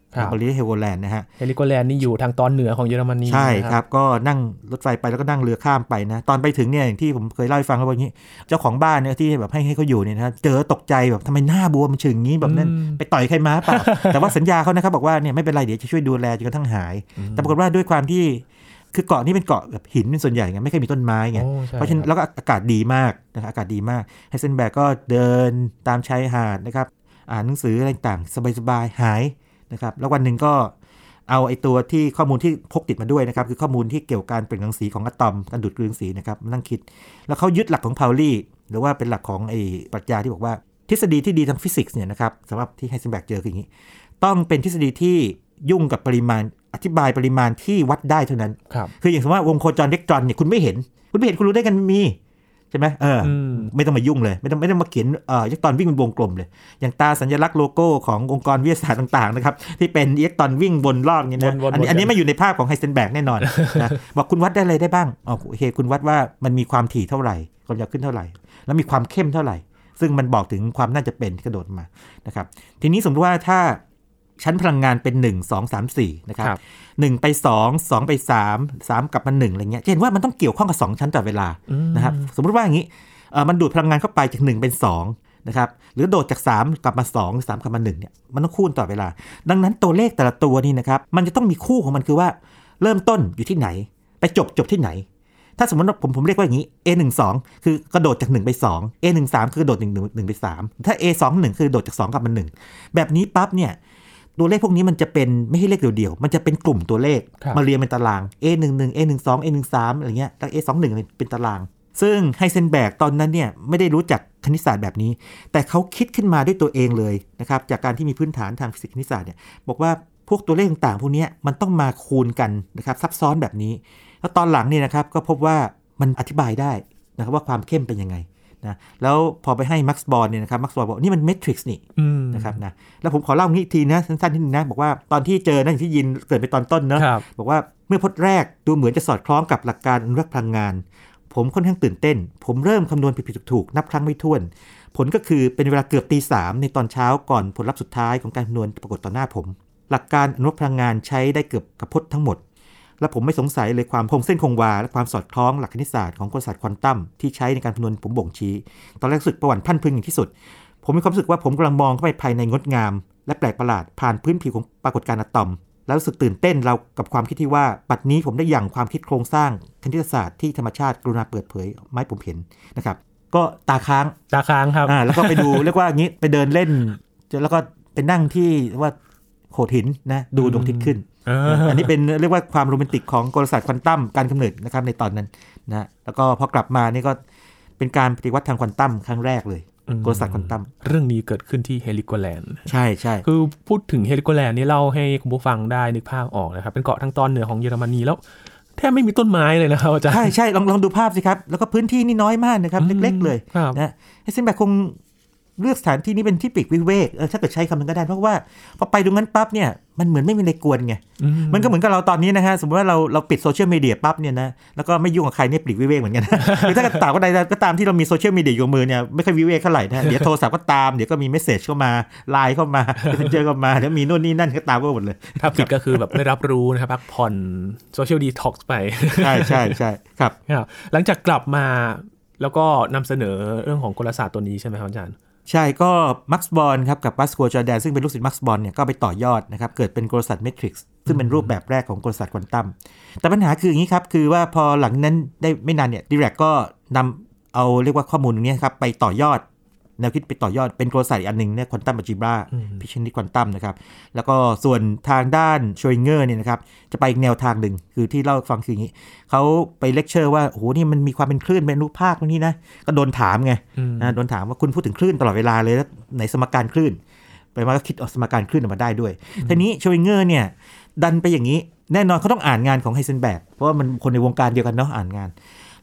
บริเวณเฮลโกแลนด์นะฮะเฮลิโกแลนด์นี่อยู่ทางตอนเหนือของเยอรมนีใช่ครับก็นั่งรถไฟไปแล้วก็นั่งเรือข้ามไปนะตอนไปถึงเนี่ยอย่างที่ผมเคยเล่าให้ฟังเขาบอกงี้เจ้าของบ้านเนี่ยที่แบบให้เขาอยู่เนี่ยนะเจอตกใจแบบทำไมหน้าบวมมันฉึงงี้แบบนั้นไปต่อยใครมาเปล่า แต่ว่าสัญญาเขานะครับบอกว่าเนี่ยไม่เป็นไรเดี๋ยวจะช่วยดูแลจนกระทั่งหายแต่ปรากฏว่าด้วยความที่คือเกาะนี้เป็นเกาะแบบหินเป็นส่วนใหญ่ไงไม่เคยมีต้นไม้ไงเพราะฉะนั้นแล้วก็อากาศดีมากนะครับอากาศดีมากไฮเซนแบกก็เดินตามชายหาดนะครับอ่านหนังสืออะไรต่างสบายๆหายนะครับแล้ววันหนึ่งก็เอาไอ้ตัวที่ข้อมูลที่พกติดมาด้วยนะครับคือข้อมูลที่เกี่ยวกับการเปล่งรังสีของอะตอมการดูดกลืนรังสีนะครับมานั่งคิดแล้วเขายึดหลักของพาวลีหรือว่าเป็นหลักของไอ้ปรัชญาที่บอกว่าทฤษฎีที่ดีทางฟิสิกส์เนี่ยนะครับสำหรับที่ไฮเซนแบกเจอคืออย่างนี้ต้องเป็นทฤษฎีที่ยุ่งกับปริมาณอธิบายปริมาณที่วัดได้เท่านั้นคืออย่างสมมติว่าวงโคจรอิเล็กตรอนเนี่ยคุณไม่เห็นคุณรู้ได้กันมีใช่ไหมไม่ต้องมายุ่งเลยไม่ต้องมาเขียนอิเล็กตรอนวิ่งเป็นวงกลมเลยอย่างตาสัญลักษณ์โลโก้ขององค์กรวิทยาศาสตร์ต่างๆนะครับที่เป็นอิเล็กตรอนวิ่งวนรอบนี่นะอันนี้ไม่อยู่ในภาพของไฮเซนแบกแน่นอนนะบอกคุณวัดได้อะไรได้บ้างโอเคคุณวัดว่ามันมีความถี่เท่าไหร่ความยาวขึ้นเท่าไหร่แล้วมีความเข้มเท่าไหร่ซึ่งมันบอกถึงความน่าจะเป็นกระโดดมานะครับทีนี้สมมติว่าถ้าชั้นพลังงานเป็น1 2 3 4นะครับ1ไป2 2ไป3 3กลับมา1อะไรเงี้ยเห็นว่ามันต้องเกี่ยวข้องกับ2ชั้นตลอดเวลานะครับสมมุติว่าอย่างนี้มันดูดพลังงานเข้าไปจาก1เป็น2นะครับหรือโดดจาก3กลับมา2 3กลับมา1เนี่ยมันต้องคูณตลอดเวลาดังนั้นตัวเลขแต่ละตัวนี่นะครับมันจะต้องมีคู่ของมันคือว่าเริ่มต้นอยู่ที่ไหนไปจบที่ไหนถ้าสมมติว่าผมเรียกว่าอย่างนี้ A12 คือกระโดดจาก1ไป2 A13 คือกระโดด1ไป3ถ้า A21 คือกระโดดจาก2กลับมา1แบบนี้ปั๊บเนี่ยตัวเลขพวกนี้มันจะเป็นไม่ใช่เลขเดียวๆมันจะเป็นกลุ่มตัวเลขมาเรียงเป็นตาราง A11 A12 A13 อะไรเงี้ยแล้ว A21 เป็นตารางซึ่งไฮเซนแบกตอนนั้นเนี่ยไม่ได้รู้จักคณิตศาสตร์แบบนี้แต่เขาคิดขึ้นมาด้วยตัวเองเลยนะครับจากการที่มีพื้นฐานทางฟิสิกส์คณิตศาสตร์เนี่ยบอกว่าพวกตัวเลขต่างๆพวกนี้มันต้องมาคูณกันนะครับซับซ้อนแบบนี้แล้วตอนหลังเนี่ยนะครับก็พบว่ามันอธิบายได้นะครับว่าความเข้มเป็นยังไงนะแล้วพอไปให้มักซ์บอร์นเนี่ยนะครับมักซ์บอร์นบอกนี่มันเมทริกซ์นี่นะครับนะแล้วผมขอเล่างี้ทีนะสั้นๆนิดนึงนะบอกว่าตอนที่เจอนั่นที่ยินเกิดไปตอนต้นเนาะบอกว่าเมื่อพจน์แรกดูเหมือนจะสอดคล้องกับหลักการอนุรักษ์พลังงานผมค่อนข้างตื่นเต้นผมเริ่มคำนวณผิดๆถูกๆนับครั้งไม่ถ้วนผลก็คือเป็นเวลาเกือบตี3ในตอนเช้าก่อนผลลัพธ์สุดท้ายของการคำนวณปรากฏต่อหน้าผมหลักการอนุรักษ์พลังงานใช้ได้เกือบกับพจน์ทั้งหมดและผมไม่สงสัยเลยความคงเส้นคงวาและความสอดคล้องหลักคณิตศาสตร์ของกลศาสตร์ควอนตัมที่ใช้ในการคำนวณผมบ่งชี้ตอนแรกรู้สึกประหวั่นพรั่นพรึงอย่างที่สุดผมมีความรู้สึกว่าผมกำลังมองเข้าไปภายในงดงามและแปลกประหลาดผ่านพื้นผิวของปรากฏการณ์อะตอมแล้วรู้สึกตื่นเต้นเรากับความคิดที่ว่าบัดนี้ผมได้หยั่งความคิดโครงสร้างคณิตศาสตร์ที่ธรรมชาติกรุณาเปิดเผยมาให้ผมเห็นนะครับก็ตาค้างครับแล้วก็ไปดูเรียกว่าอย่างนี้ไปเดินเล่นแล้วก็ไปนั่งที่ว่าโขดหินนะดูดวงอาทิตย์ขึ้นอันนี้เป็นเรียกว่าความโรแมนติกของกลศาสตร์ควอนตัมการกำเนิดนะครับในตอนนั้นนะแล้วก็พอกลับมานี่ก็เป็นการปฏิวัติทางควอนตัมครั้งแรกเลยกลศาสตร์ควอนตัมเรื่องนี้เกิดขึ้นที่เฮลิโกแลนด์ใช่ใช่คือพูดถึงเฮลิโกแลนด์นี่เล่าให้คุณผู้ฟังได้นึกภาพออกนะครับเป็นเกาะทางตอนเหนือของเยอรมนีแล้วแทบไม่มีต้นไม้เลยนะครับอาจารย์ใช่ลองดูภาพสิครับแล้วก็พื้นที่นี่น้อยมากนะครับเล็กๆเลยนะไฮเซนแบกคงเลือกสถานที่นี้เป็นที่ปีกวิเวกถ้าเกิดใช้คำนั้นก็ได้เพราะว่าพอไปตรงนั้นปั๊บเนี่ยมันเหมือนไม่มีอะไรกวนไงมันก็เหมือนกับเราตอนนี้นะฮะสมมติว่าเราปิดโซเชียลมีเดียปั๊บเนี่ยนะแล้วก็ไม่ยุ่งกับใครเนี่ยปีกวิเวกเหมือนกันคือถ้าต่างก็ใดก็ตามที่เรามีโซเชียลมีเดียอยู่มือเนี่ยไม่ค่อยวิเวกเท่าไหร่นะเดี๋ยวโทรศัพท์ก็ตามเดี๋ยวก็มีเมสเสจเข้ามาไลน์เข้ามาเจอเข้ามาเดี๋ยวมีโน่นนี่นั่นก็ตามก็หมดเลยถ้าผิดก็คือแบบไม่รับรู้นะครับพักผ่อนโซเชียลดีท็อกซ์ไปใช่ครับหลังจากกลับมาแล้วก็นำเสนอเรื่องของกลศาสตร์ตัวนี้ใช่ไหมครับอาจารย์ใช่ก็มักซ์บอร์นครับกับปาสคัวจอร์แดนซึ่งเป็นลูกศิษย์มักซ์บอร์นเนี่ยก็ไปต่อยอดนะครับเกิดเป็นกลศาสตร์เมทริกซ์ซึ่งเป็นรูปแบบแรกของกลศาสตร์ควอนตัมแต่ปัญหาคืออย่างนี้ครับคือว่าพอหลังนั้นได้ไม่นานเนี่ยดิแรกก็นำเอาเรียกว่าข้อมูลตรงนี้ครับไปต่อยอดแนวคิดไปต่อยอดเป็นกลศาสตร์อีกอันนึงเนี่ยควอนตัมอัลจีบราพิชชินิควอนตัมนะครับแล้วก็ส่วนทางด้านโชริงเกอร์เนี่ยนะครับจะไปอีกแนวทางหนึ่งคือที่เล่าฟังคืออย่างนี้เขาไปเลคเชอร์ว่าโอ้โหนี่มันมีความเป็นคลื่นเป็นอนุภาคตรงนี้นะก็โดนถามไงโดนถามว่าคุณพูดถึงคลื่นตลอดเวลาเลยแล้วไหนสมการคลื่นไปมาก็คิดสมการคลื่นออกมาได้ด้วยทีนี้โชริงเกอร์เนี่ยดันไปอย่างนี้แน่นอนเขาต้องอ่านงานของไฮเซนแบกเพราะว่ามันคนในวงการเดียวกันเนาะอ่านงาน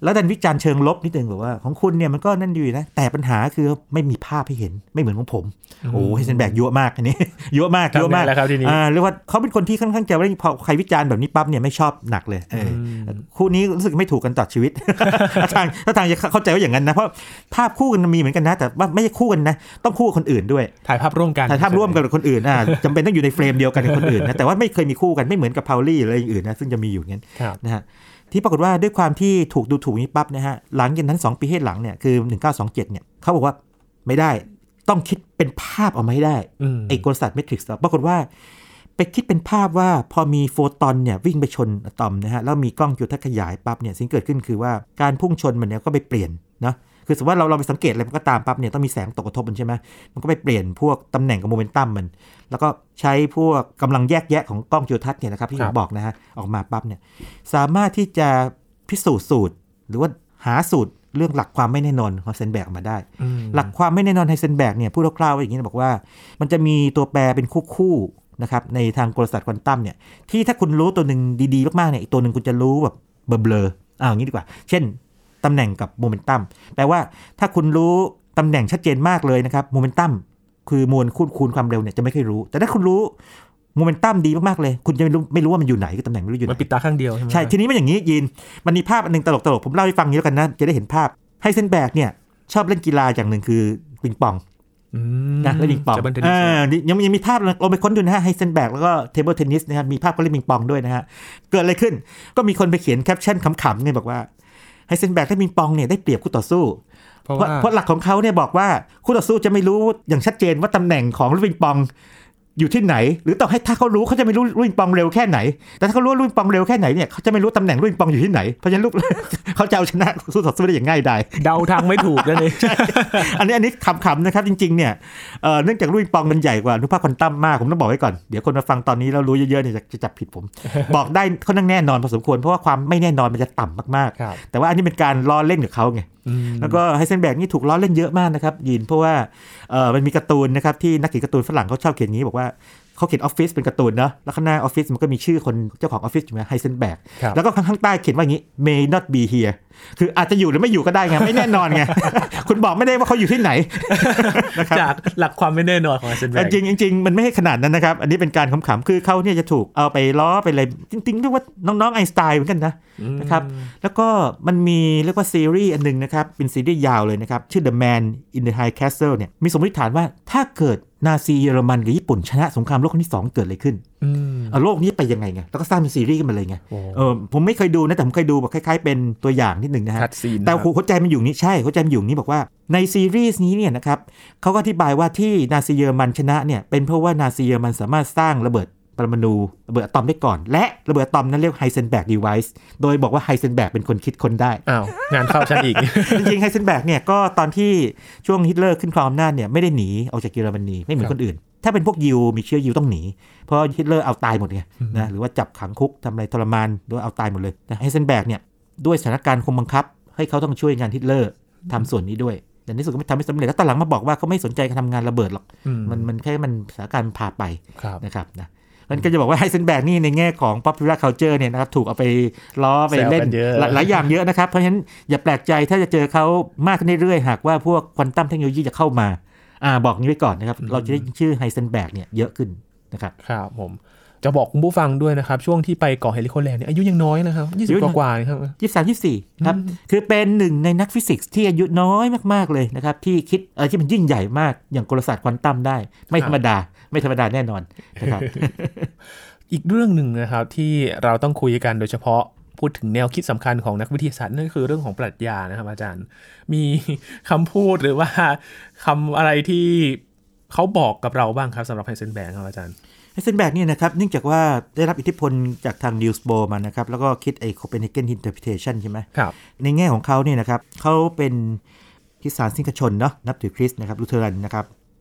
แล้วดันวิจารณ์เชิงลบนิดนึงบอกว่าของคุณเนี่ยมันก็นั่นอยู่นะแต่ปัญหาคือไม่มีภาพให้เห็นไม่เหมือนของผมโอ้ไฮเซนแบกยั่วมากอันนี้ยั่วมากเรียกว่าเขาเป็นคนที่ค่อนข้างจะพอใครวิจารณ์แบบนี้ปั๊บเนี่ยไม่ชอบหนักเลยคู่นี้รู้สึกไม่ถูกกันต่อชีวิตถ้าทางจะเข้าใจว่าอย่างนั้นนะเพราะภาพคู่กันมีเหมือนกันนะแต่ว่าไม่ใช่คู่กันนะต้องคู่กับคนอื่นด้วยถ่ายภาพร่วมกันกับคนอื่นจำเป็นต้องอยู่ในเฟรมเดียวกันกับคนอื่นนะแต่ว่าไม่เคยมีคู่กันไม่เหมือนกับพาวลี่หรืออะไรอื่นนะซึ่งจะมีอยู่งั้นนะฮะที่ปรากฏว่าด้วยความที่ถูกดูถูกนี้ปั๊บนะฮะหลังจากนั้น2ปีให้หลังเนี่ยคือ1927เนี่ยเขาบอกว่าไม่ได้ต้องคิดเป็นภาพออกมาให้ได้ไอ้กลศาสตร์เมทริกซ์ปรากฏว่าไปคิดเป็นภาพว่าพอมีโฟตอนเนี่ยวิ่งไปชนอะตอมนะฮะแล้วมีกล้องจุลทรรศน์ขยายปั๊บเนี่ยสิ่งเกิดขึ้นคือว่าการพุ่งชนมันเนี่ยก็ไปเปลี่ยนนะคือสมมติว่าเราไปสังเกตอะไรมันก็ตามปั๊บเนี่ยต้องมีแสงตกกระทบมันใช่ไหมมันก็ไปเปลี่ยนพวกตำแหน่งกับโมเมนตัมมันแล้วก็ใช้พวกกำลังแยกแยะของกล้องจุลทรรศน์เนี่ยนะครับที่ผมบอกนะฮะออกมาปั๊บเนี่ยสามารถที่จะพิสูจน์สูตรหรือว่าหาสูตรเรื่องหลักความไม่แน่นอนของไฮเซนเบิร์กมาได้หลักความไม่แน่นอนไฮเซนเบิร์กเนี่ยพูดคร่าวๆอย่างนี้บอกว่ามันจะมีตัวแปรเป็นคู่นะครับในทางกลศาสตร์ควอนตัมเนี่ยที่ถ้าคุณรู้ตัวหนึ่งดีๆมากๆเนี่ยอีกตัวหนึ่งคุณจะรู้แบบเบลอๆอย่างนี้ดีกว่าเช่นตำแหน่งกับโมเมนตัมแปลว่าถ้าคุณรู้ตำแหน่งชัดเจนมากเลยนะครับโมเมนตัมคือมวลคูณความเร็วเนี่ยจะไม่ค่อยรู้แต่ถ้าคุณรู้โมเมนตัมดีมากๆเลยคุณจะไม่รู้ว่ามันอยู่ไหนคือตำแหน่งไม่รู้อยู่ไหนมันปิดตาข้างเดียวใช่ไหมใช่ทีนี้มันอย่างนี้ยินมันมีภาพอันนึงตลกๆผมเล่าให้ฟังนี้แล้วกันนะจะได้เห็นภาพไฮเซนเบิร์กเนี่ยชอบเล่นกีฬาอย่างหนึ่งคือปิงปองนะเล่นปิงปองยังมีภาพเราไปค้นดูนะฮะไฮเซนเบิร์กแล้วก็เทเบิลเทนนิสนะครับมีภาพก็เล่นปิงปองด้วยนะฮะเกิดอะไรขึ้นก็มีคนไปเขียนแคปชั่นขำๆไงบอกว่าไฮเซนเบิร์กถ้าปิงปองเนี่ยได้เปรียบคู่ต่อสู้เพราะหลักของเขาเนี่ยบอกว่าคู่ต่อสู้จะไม่รู้อย่างชัดเจนว่าตำแหน่งของลูกปิงปองอยู่ที่ไหนหรือต่อให้ถ้าเขารู้เขาจะไม่รู้ลูกปิงปองเร็วแค่ไหนแต่ถ้าเขารู้ลูกปิงปองเร็วแค่ไหนเนี่ยเขาจะไม่รู้ตำแหน่งลูกปิงปองอยู่ที่ไหนเพราะฉะนั้นลูก เขาจะเอาชนะสู้ต่อสู้ได้อย่างง่ายดายเดาทางไม่ถูกนั่นเองอันนี้ขำๆนะครับจริงๆเนี่ยเนื่องจากลูกปิงปองมันใหญ่กว่าอนุภาคควอนตัมมากผมต้องบอกไว้ก่อนเดี๋ยวคนมาฟังตอนนี้แล้วรู้เยอะๆเนี่ยจะจับผิดผม บอกได้ค่อนข้างแน่นอนพอสมควรเพราะว่าความไม่แน่นอนมันจะต่ำมากๆแต่ว่าอันนี้เป็นการล้อเล่นกับเขาไงแล้วก็ไฮเซนเบิร์กนี่ถูกล้อเล่นเยอะมากนะครับยินเพราะว่ามันมีการ์ตูนนะครับที่นักเขียนการ์ตูนฝรั่งเขาชอบเขียนอย่างนี้บอกว่าเขาเขียนออฟฟิศเป็นการ์ตูนเนาะแล้วข้างหน้าออฟฟิศมันก็มีชื่อคนเจ้าของออฟฟิศอยู่นะไฮเซนเบิร์กแล้วก็ข้างใต้เขียนว่าอย่างนี้ may not be here คืออาจจะอยู่หรือไม่อยู่ก็ได้ไงไม่แน่นอนไง คุณบอกไม่ได้ว่าเขาอยู่ที่ไหนจากหลักความไม่แน่นอนของไฮเซนเบิร์กจริงมันไม่ใช่ขนาดนั้นนะครับอันนี้เป็นการขำๆคือเขาเนี่ยจะถูกเอาไปล้อไปอะไรจริงๆเรียกว่าน้องๆไอน์สไตน์เหมือนกันนะครับแล้วก็มันมีเรียกว่าซีรีส์อันนึงนะครับเป็นซีรีส์ยาวเลยนะครับชื่อ The Man in the High Castle เนี่ยมีสมมติฐานว่าถ้าเกิดนาซีเยอรมันกับญี่ปุ่นชนะสงครามโลกครั้งที่2เกิดอะไรขึ้นโลกนี้ไปยังไงไงแล้วก็สร้างเป็นซีรีส์ขึ้นมาเลยไงผมไม่เคยดูนะแต่ผมเคยดูแบบคล้ายๆเป็นตัวอย่างนิดนึงนะฮะแต่หัวใจมันอยู่นี้ใช่หัวใจมันอยู่นี้บอกว่าในซีรีส์นี้เนี่ยนะครับเขาก็อธิบายว่าที่นาซีเยอรมันชนะเนี่ยเป็นเพราะว่านาซีเยอรมันสามารถสร้างระเบิดปรมาณูระเบิดอะตอมได้ก่อนและระเบิดอะตอมนั้นเรียกไฮเซนเบิร์กดีไวซ์โดยบอกว่าไฮเซนเบิร์กเป็นคนคิดคนได้งานเข้าฉันอีกจริงๆไฮเซนเบิร์กเนี่ยก็ตอนที่ช่วงฮิตเลอร์ขึ้นครองอำนาจเนี่ยไม่ได้หนีออกจากเยอรมนีไม่เหมือนคนอื่นถ้าเป็นพวกยิวมีเชื้อยิวต้องหนีเพราะฮิตเลอร์เอาตายหมดไงนะหรือว่าจับขังคุกทำอะไรทรมานโดยเอาตายหมดเลยแต่ไฮเซนเบิร์กเนี่ยด้วยสถานการณ์คงบังคับให้เขาต้องช่วยงานฮิตเลอร์ทำส่วนนี้ด้วยแต่ในที่สุดก็ไม่ทำให้สำเร็จแล้วตอนหลังมาบอกว่าเขาไม่สนใจการทำงานระเบิดหรอกมันแค่มันสถานการณ์พาไปนะครับนะมันก็จะบอกว่าไฮเซนเบิร์กนี่ในแง่ของ popular culture เนี่ยนะครับถูกเอาไปล้อไปเล่นหลายอย่างเยอะนะครับเพราะฉะนั้นอย่าแปลกใจถ้าจะเจอเขามากขึ้นเรื่อยๆหากว่าพวกควอนตัมเทคโนโลยีจะเข้ามาบอกนี้ไว้ก่อนนะครับเราจะได้ชื่อไฮเซนเบิร์กเนี่ยเยอะขึ้นนะครับครับผมจะบอกคุณผู้ฟังด้วยนะครับช่วงที่ไปเกาะเฮลิโคแลนด์เนี่ยอายุยังน้อยนะครับ20กว่าๆครับ 23-24ครับคือเป็นหนึ่งในนักฟิสิกส์ที่อายุน้อยมากๆเลยนะครับที่คิดอะไรที่มันยิ่งใหญ่มากอย่างกลศาสตร์ควอนตัมได้ไม่ธรรมดาแน่นอนนะครับอีกเรื่องหนึ่งนะครับที่เราต้องคุยกันโดยเฉพาะพูดถึงแนวคิดสำคัญของนักวิทยาศาสตร์นั่นคือเรื่องของปรัชญานะครับอาจารย์มีคำพูดหรือว่าคำอะไรที่เขาบอกกับเราบ้างครับสำหรับไฮเซนเบิร์กครับอาจารย์ไฮเซนเบิร์กเนี่ยนะครับเนื่องจากว่าได้รับอิทธิพลจากทางนิลส์โบมานะครับแล้วก็คิดไอ้ Copernican interpretation ใช่ไหมครับในแง่ของเขาเนี่ยนะครับเขาเป็นคริสตานสิงคชนเนาะนับถือคริสต์นะครับลูเทอรันนะครับ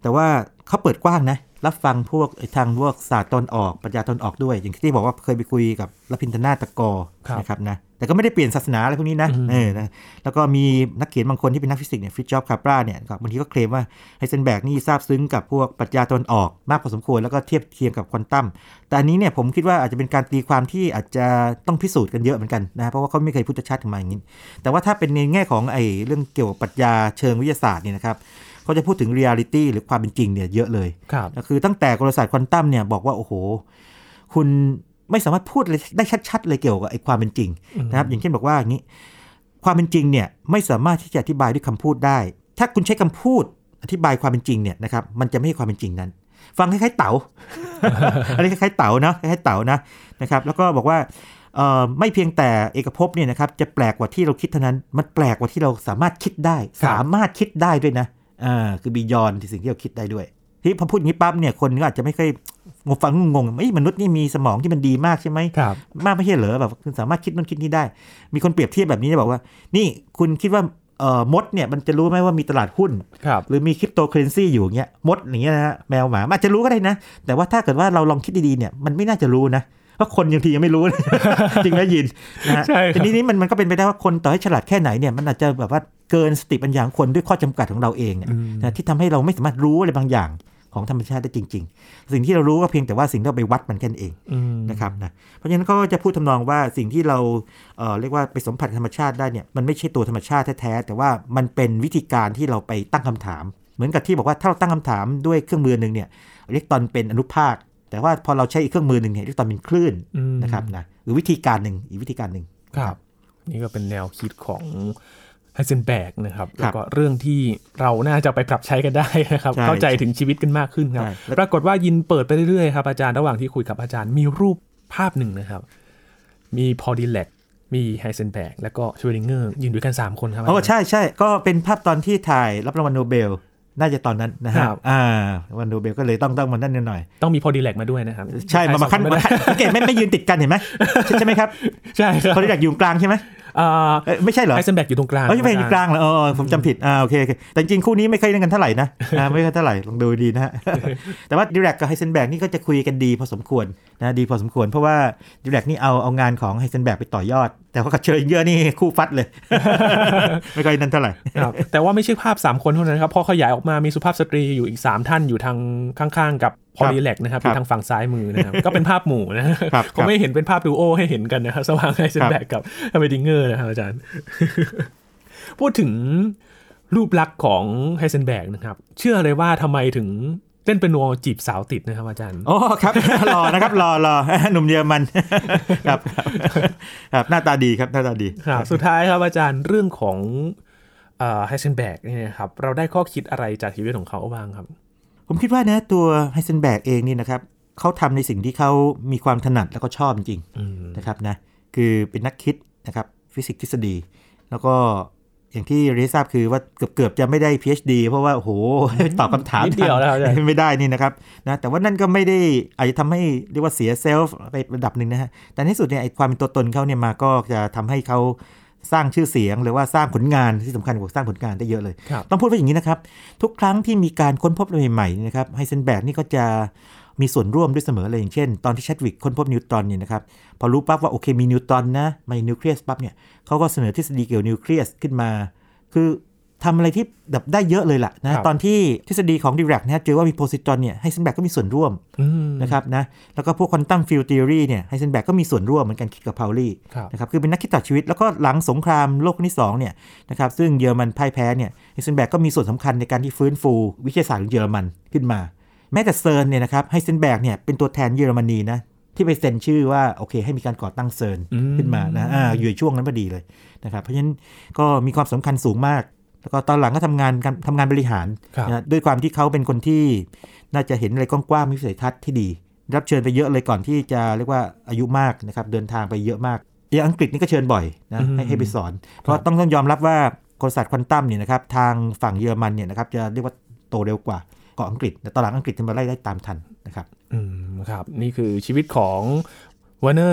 แต่ว่าเขาเปิดกว้างนะรับฟังพวกทางพวกศาสตร์ตนออกปรัชญาตนออกด้วยอย่างที่บอกว่าเคยไปคุยกับรพินทนาตะกอนะครับนะแต่ก็ไม่ได้เปลี่ยนศาสนาอะไรพวกนี้นะนะแล้วก็มีนักเขียนบางคนที่เป็นนักฟิสิกส์เนี่ยฟริตจอฟคาปราเนี่ยบางทีก็เคลมว่าไฮเซนเบิร์กนี่ซาบซึ้งกับพวกปรัชญาตนออกมากพอสมควรแล้วก็เทียบเคียงกับควอนตัมแต่อันนี้เนี่ยผมคิดว่าอาจจะเป็นการตีความที่อาจจะต้องพิสูจน์กันเยอะเหมือนกันนะเพราะว่าเขาไม่เคยพูดชัดถึงมาอย่างนี้แต่ว่าถ้าเป็นในแง่ของเรื่องเกี่ยวกับปรัชญาเชิงวิทยาศาสตร์เนี่ยนะครับเขาจะพูดถึง reality หรือความเป็นจริงเนี่ยเยอะเลยก็คือตั้งแต่กลศาสตร์ควอนตัมเนี่ยบอกว่าโอ้โหคุณไม่สามารถพูดได้ชัดๆเลยเกี่ยวกับความเป็นจริงนะครับอย่างเช่นบอกว่าอย่างนี้ความเป็นจริงเนี่ยไม่สามารถที่จะอธิบายด้วยคำพูดได้ถ้าคุณใช้คำพูดอธิบายความเป็นจริงเนี่ยนะครับมันจะไม่ใช่ความเป็นจริงนั้นฟังคล้ายๆเต๋า อันนี้คล้ายๆเต๋านะคล้ายๆเต๋านะครับแล้วก็บอกว่าไม่เพียงแต่เอกภพเนี่ยนะครับจะแปลกกว่าที่เราคิดเท่านั้นมันแปลกกว่าที่เราสามารถคิดได้สามารถคิดได้ด้วยนะคือบียอนที่สิ่งที่เราคิดได้ด้วยที่พอพูดอย่างนี้ปั๊บเนี่ยคนก็อาจจะไม่ค่อยฟังงงมนุษย์นี่มีสมองที่มันดีมากใช่ไหมมากไม่ใช่เหรอแบบคุณสามารถคิดนู่นคิดนี่ได้มีคนเปรียบเทียบแบบนี้จะบอกว่านี่คุณคิดว่ามดเนี่ยมันจะรู้ไหมว่ามีตลาดหุ้นหรือมีคริปโตเคอเรนซีอยู่อย่างเงี้ยมดอย่างเงี้ยนะฮะแมวหมาอาจจะรู้ก็ได้นะแต่ว่าถ้าเกิดว่าเราลองคิดดีๆเนี่ยมันไม่น่าจะรู้นะเพราะคนยังทียังไม่รู้ จริงไหมยินนะฮะทีนี้มันก็เป็นไปได้ว่าคนต่อให้ฉลาดแค่ไหนเนี่ยมันอาจจะแบบว่าเกินสติปัญญาของคนด้วยข้อจำกัดของเราเองนะที่ทำให้เราไม่สามารถรู้อะไรบางอย่างของธรรมชาติได้จริงๆสิ่งที่เรารู้ก็เพียงแต่ว่าสิ่งที่เราไปวัดมันแค่นั้นเองนะครับนะเพราะฉะนั้นก็จะพูดทำนองว่าสิ่งที่เราเรียกว่าไปสัมผัสธรรมชาติได้เนี่ยมันไม่ใช่ตัวธรรมชาติแท้ๆแต่ว่ามันเป็นวิธีการที่เราไปตั้งคำถามเหมือนกับที่บอกว่าถ้าเราตั้งคำถามด้วยเครื่องมือนึงเนี่ยอิเล็กตรอนเป็นอนุภาคแต่ว่าพอเราใช้อีกเครื่องมือนึงเนี่ยอิเล็กตรอนเป็นคลื่นนะครับนะหรือวิธีการหนึ่งอีกวิธีการหนึ่งครับนี่ก็เป็นแนวคิดของไฮเซนเบิร์กนะครับแล้วก็เรื่องที่เราน่าจะไปปรับใช้กันได้นะครับเข้าใจถึงชีวิตกันมากขึ้นครับปรากฏว่ายินเปิดไปเรื่อยๆครับอาจารย์ระหว่างที่คุยกับอาจารย์มีรูปภาพหนึ่งนะครับมีพอลดิแลกมีไฮเซนเบิร์กแล้วก็ชเวดิงเกอร์ยืนด้วยกัน3คนครับใช่ก็เป็นภาพตอนที่ถ่ายรับรางวัลโนเบลน่าจะตอนนั้นนะฮะวันโนเบลก็เลยต้องมานั่นหน่อยต้องมีพอดีแลกมาด้วยนะครับใช่มาขั้นสังเกตไม่ยืนติดกันเห็นไหมใช่ไหมครับใช่ครับพอดีแลกอยู่กลางใช่ไหมไม่ใช่เหรอไฮเซนเบิร์กอยู่ตรงกลางไม่อยู่กลางเหรอผมจำผิดโอเคแต่จริงคู่นี้ไม่เคยเล่นกันเท่าไหร่นะไม่เคยเท่าไหร่ลองดูดีนะฮะแต่ว่าดิแลกกับไฮเซนเบิร์กนี่ก็จะคุยกันดีพอสมควรนะดีพอสมควรเพราะว่าดิแลกนี่เอางานของไฮเซนเบิร์กไปต่อยอดแต่ว่ากับเชอร์เยอะนี่คู่ฟัดเลยไม่เคยนั่นเท่าไหร่แต่ว่าไม่ใช่ภาพ3คนเท่านั้นครับพอขยายออกมามีสุภาพสตรีอยู่อีก3ท่านอยู่ทางข้างๆกับพอลีแลกนะครับอยู่ทางฝั่งซ้ายมือนะครับก็เป็นภาพหมู่นะผมไม่เห็นเป็นภาพดูโอให้เห็นกันนะครับระหว่างไฮเซนเบิร์กกับชเวดิงเกอร์นะครับอาจารย์พูดถึงรูปลักษณ์ของไฮเซนเบิร์กนะครับเชื่อเลยว่าทำไมถึงเล่นเปียโนจีบสาวติดนะครับอาจารย์ครับรอนะครับรอหนุ่มเยอรมันครับหน้าตาดีครับหน้าตาดีครับสุดท้ายครับอาจารย์เรื่องของไฮเซนเบิร์กเนี่ยครับเราได้ข้อคิดอะไรจากชีวิตของเขาบ้างครับผมคิดว่านะตัวไฮเซนเบิร์กเองนี่นะครับเขาทำในสิ่งที่เขามีความถนัดแล้วก็ชอบจริงๆนะครับนะคือเป็นนักคิดนะครับฟิสิกส์ทฤษฎีแล้วก็อย่างที่เรียนทราบคือว่าเกือบจะไม่ได้ PhD เพราะว่าโอ้โหตอบคำถามนิดเดียวแล้วไม่ได้นี่นะครับนะแต่ว่านั่นก็ไม่ได้อาจจะทำให้เรียกว่าเสียเซลฟ์ไประดับหนึ่งนะฮะแต่ในที่สุดเนี่ยไอ้ความเป็นตัวตนเขาเนี่ยมาก็จะทำให้เขาสร้างชื่อเสียงหรือว่าสร้างผลงานที่สำคัญกว่าสร้างผลงานได้เยอะเลยต้องพูดว่าอย่างนี้นะครับทุกครั้งที่มีการค้นพบอะไรใหม่ๆนะครับไฮเซนเบิร์กนี่ก็จะมีส่วนร่วมด้วยเสมอเลยอย่างเช่นตอนที่แชดวิกค้นพบนิวตรอนเนี่ยนะครับพอรู้ปั๊บว่าโอเคมีนิวตรอนนะมีนิวเคลียสปั๊บเนี่ยเขาก็เสนอทฤษฎีเกี่ยวนิวเคลียสขึ้นมาคือทำอะไรที่แบบได้เยอะเลยล่ะนะตอนที่ทฤษฎีของดิแรกนะเจอว่ามีโพซิตรอนเนี่ยไฮเซนเบิร์กก็มีส่วนร่วมนะครับนะแล้วก็พวกควอนตัมฟิลด์ธีออรีเนี่ยไฮเซนเบิร์กก็มีส่วนร่วมเหมือนกันคิดกับพาวลีนะครับคือเป็นนักคิดต่อชีวิตแล้วก็หลังสงครามโลกครั้งที่2เนี่ยนะครับซึ่งเยอรมันพ่ายแพ้เนี่ยไฮเซนเบิร์กก็มีส่วนสำคัญในการที่ฟื้นฟูวิทยาศาสตร์ของเยอรมันขึ้นมาแม้แต่เซิร์นเนี่ยนะครับไฮเซนเบิร์กเนี่ยเป็นตัวแทนเยอรมนีนะที่ไปเซ็นชื่อว่าโอเคให้มีการก่อตั้งเซิร์นขึ้นมานะอยู่ช่วงนั้นพอดีเลยนะครับเพราะฉะนั้นก็มีความสำคัญสูงมากแล้วก็ตอนหลังก็ทำงานบริหารนะด้วยความที่เขาเป็นคนที่น่าจะเห็นอะไรกว้างๆมีวิสัยทัศน์ที่ดีรับเชิญไปเยอะเลยก่อนที่จะเรียกว่าอายุมากนะครับเดินทางไปเยอะมากอย่างอังกฤษนี่ก็เชิญบ่อยนะให้ไปสอนเพราะต้องยอมรับว่ากลศาสตร์ควอนตัมเนี่ยนะครับทางฝั่งเยอรมันเนี่ยนะครับจะเรียกว่าโตเร็วกว่าเกาะอังกฤษแต่ตอนหลังอังกฤษจะมาไล่ได้ตามทันนะครับครับนี่คือชีวิตของวอร์เนอร์ไฮ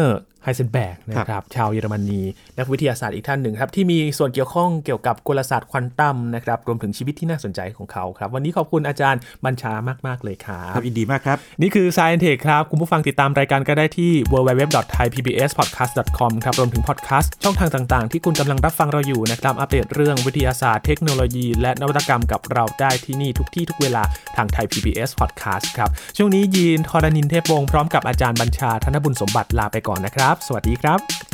เซนเบิร์กนะครับชาวเยอรมนีนักวิทยาศาสตร์อีกท่านหนึ่งครับที่มีส่วนเกี่ยวข้องเกี่ยวกับกลศาสตร์ควอนตัมนะครับรวมถึงชีวิตที่น่าสนใจของเขาครับวันนี้ขอบคุณอาจารย์บัญชามากๆเลยครับยินดีมากครับนี่คือ Science Tech ครับคุณผู้ฟังติดตามรายการก็ได้ที่ www.thaipbspodcast.com ครับรวมถึงพอดแคสต์ช่องทางต่างๆที่คุณกำลังรับฟังเราอยู่นะครับอัปเดตเรื่องวิทยาศาสตร์เทคโนโลยีและนวัตกรรมกับเราได้ที่นี่ทุกที่ทุกเวลาทาง Thai PBS Podcast ครับช่วงนี้ยีนทรณินเทพวงศ์พร้อมกับอาจารย์บัญชาธนบุญสมบัติลาไปก่อนนะครับสวัสดีครับ